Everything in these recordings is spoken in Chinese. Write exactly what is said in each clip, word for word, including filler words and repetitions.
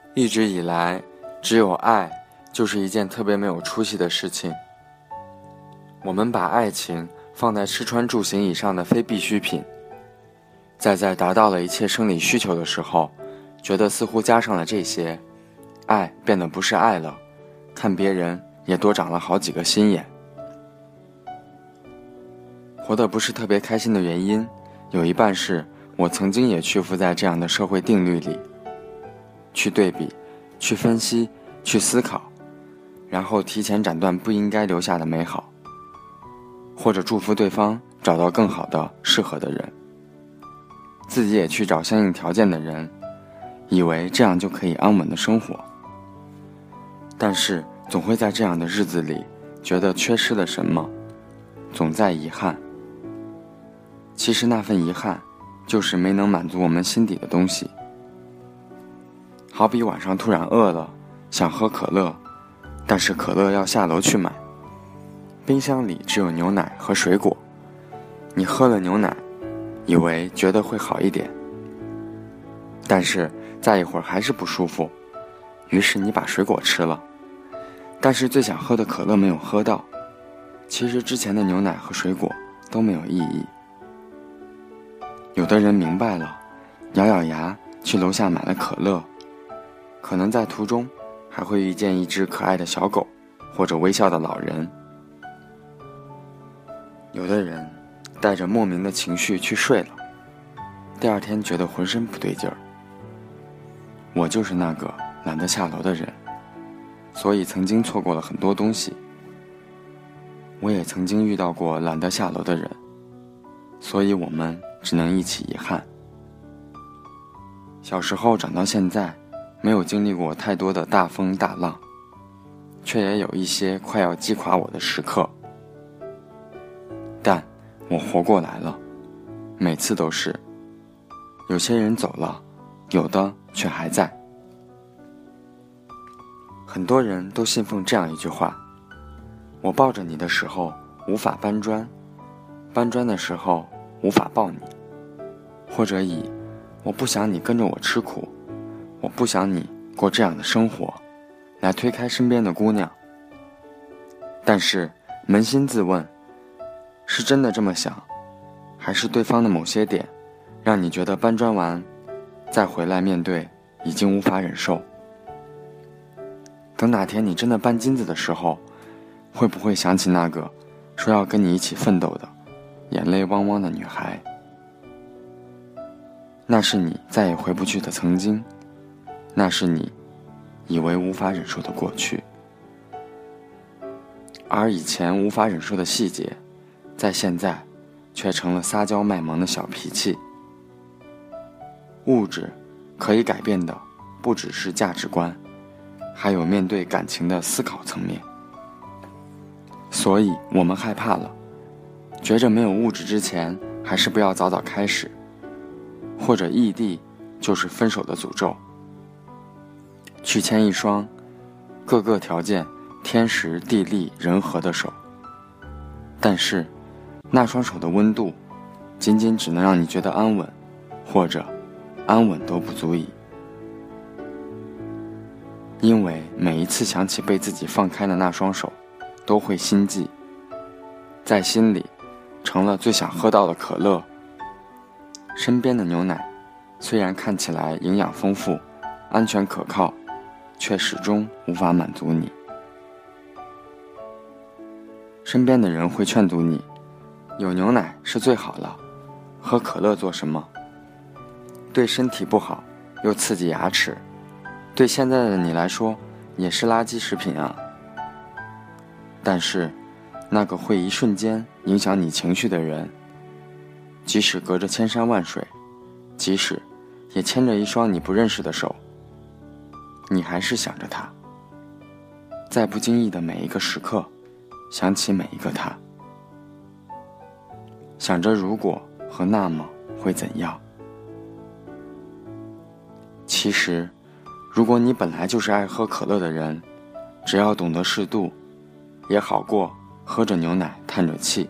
一直以来，只有爱就是一件特别没有出息的事情。我们把爱情放在吃穿住行以上的非必需品，在在达到了一切生理需求的时候，觉得似乎加上了这些，爱变得不是爱了，看别人也多长了好几个心眼。活得不是特别开心的原因，有一半是我曾经也屈服在这样的社会定律里，去对比，去分析，去思考，然后提前斩断不应该留下的美好，或者祝福对方找到更好的适合的人，自己也去找相应条件的人，以为这样就可以安稳的生活。但是总会在这样的日子里觉得缺失了什么，总在遗憾。其实那份遗憾就是没能满足我们心底的东西。好比晚上突然饿了，想喝可乐，但是可乐要下楼去买，冰箱里只有牛奶和水果，你喝了牛奶，以为觉得会好一点，但是再一会儿还是不舒服，于是你把水果吃了，但是最想喝的可乐没有喝到，其实之前的牛奶和水果都没有意义。有的人明白了，咬咬牙去楼下买了可乐，可能在途中还会遇见一只可爱的小狗或者微笑的老人。有的人带着莫名的情绪去睡了，第二天觉得浑身不对劲儿。我就是那个懒得下楼的人，所以曾经错过了很多东西。我也曾经遇到过懒得下楼的人，所以我们只能一起遗憾。小时候长到现在，没有经历过太多的大风大浪，却也有一些快要击垮我的时刻。但我活过来了，每次都是。有些人走了，有的却还在。很多人都信奉这样一句话：我抱着你的时候无法搬砖，搬砖的时候无法抱你。或者以我不想你跟着我吃苦，我不想你过这样的生活，来推开身边的姑娘。但是扪心自问，是真的这么想，还是对方的某些点让你觉得搬砖完再回来面对已经无法忍受？等哪天你真的搬金子的时候，会不会想起那个说要跟你一起奋斗的眼泪汪汪的女孩？那是你再也回不去的曾经，那是你以为无法忍受的过去。而以前无法忍受的细节，在现在却成了撒娇卖萌的小脾气。物质可以改变的不只是价值观，还有面对感情的思考层面。所以我们害怕了，觉着没有物质之前还是不要早早开始，或者异地就是分手的诅咒，去牵一双各个条件天时地利人和的手。但是那双手的温度仅仅只能让你觉得安稳，或者安稳都不足以。因为每一次想起被自己放开的那双手，都会心悸，在心里成了最想喝到的可乐。身边的牛奶虽然看起来营养丰富，安全可靠，却始终无法满足你。身边的人会劝阻你，有牛奶是最好了，喝可乐做什么？对身体不好，又刺激牙齿，对现在的你来说也是垃圾食品啊。但是那个会一瞬间影响你情绪的人，即使隔着千山万水，即使也牵着一双你不认识的手，你还是想着他，在不经意的每一个时刻想起每一个他，想着如果和那么会怎样。其实如果你本来就是爱喝可乐的人，只要懂得适度，也好过喝着牛奶叹着气。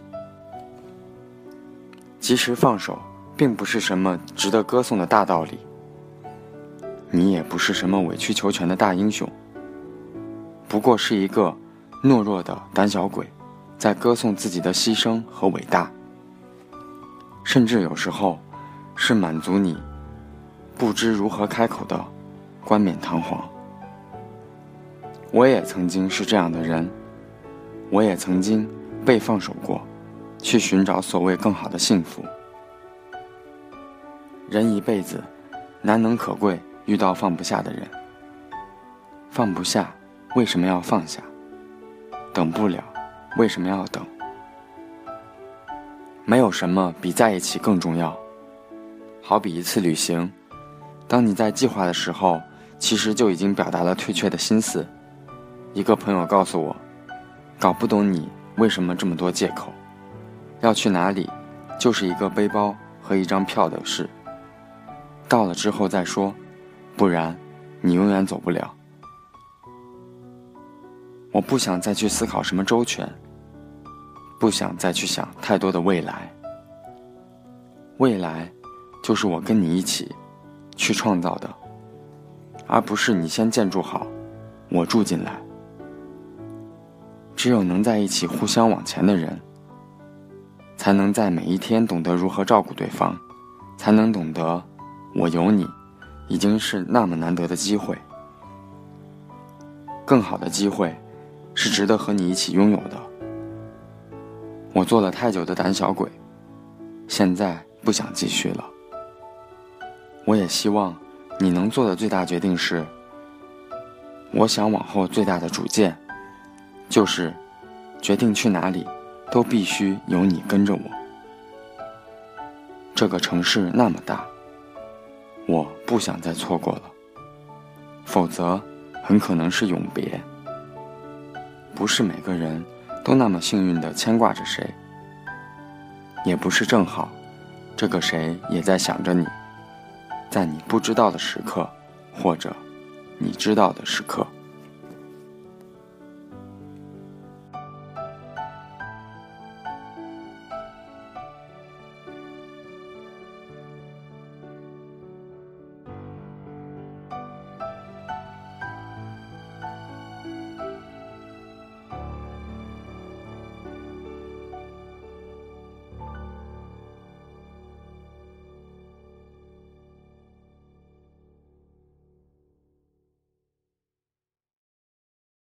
及时放手并不是什么值得歌颂的大道理， 你也不是什么委曲求全的大英雄，不过是一个懦弱的胆小鬼，在歌颂自己的牺牲和伟大，甚至有时候是满足你不知如何开口的冠冕堂皇。我也曾经是这样的人，我也曾经被放手过，去寻找所谓更好的幸福。人一辈子难能可贵遇到放不下的人，放不下为什么要放下？等不了为什么要等？没有什么比在一起更重要。好比一次旅行，当你在计划的时候，其实就已经表达了退却的心思。一个朋友告诉我，搞不懂你为什么这么多借口，要去哪里就是一个背包和一张票的事，到了之后再说，不然你永远走不了。我不想再去思考什么周全，不想再去想太多的未来。未来就是我跟你一起去创造的，而不是你先建筑好，我住进来。只有能在一起互相往前的人，才能在每一天懂得如何照顾对方，才能懂得我有你已经是那么难得的机会。更好的机会是值得和你一起拥有的。我做了太久的胆小鬼，现在不想继续了。我也希望你能做的最大决定是，我想往后最大的主见就是决定去哪里都必须有你跟着我。这个城市那么大，我不想再错过了，否则很可能是永别。不是每个人都那么幸运地牵挂着谁，也不是正好这个谁也在想着你，在你不知道的时刻，或者你知道的时刻。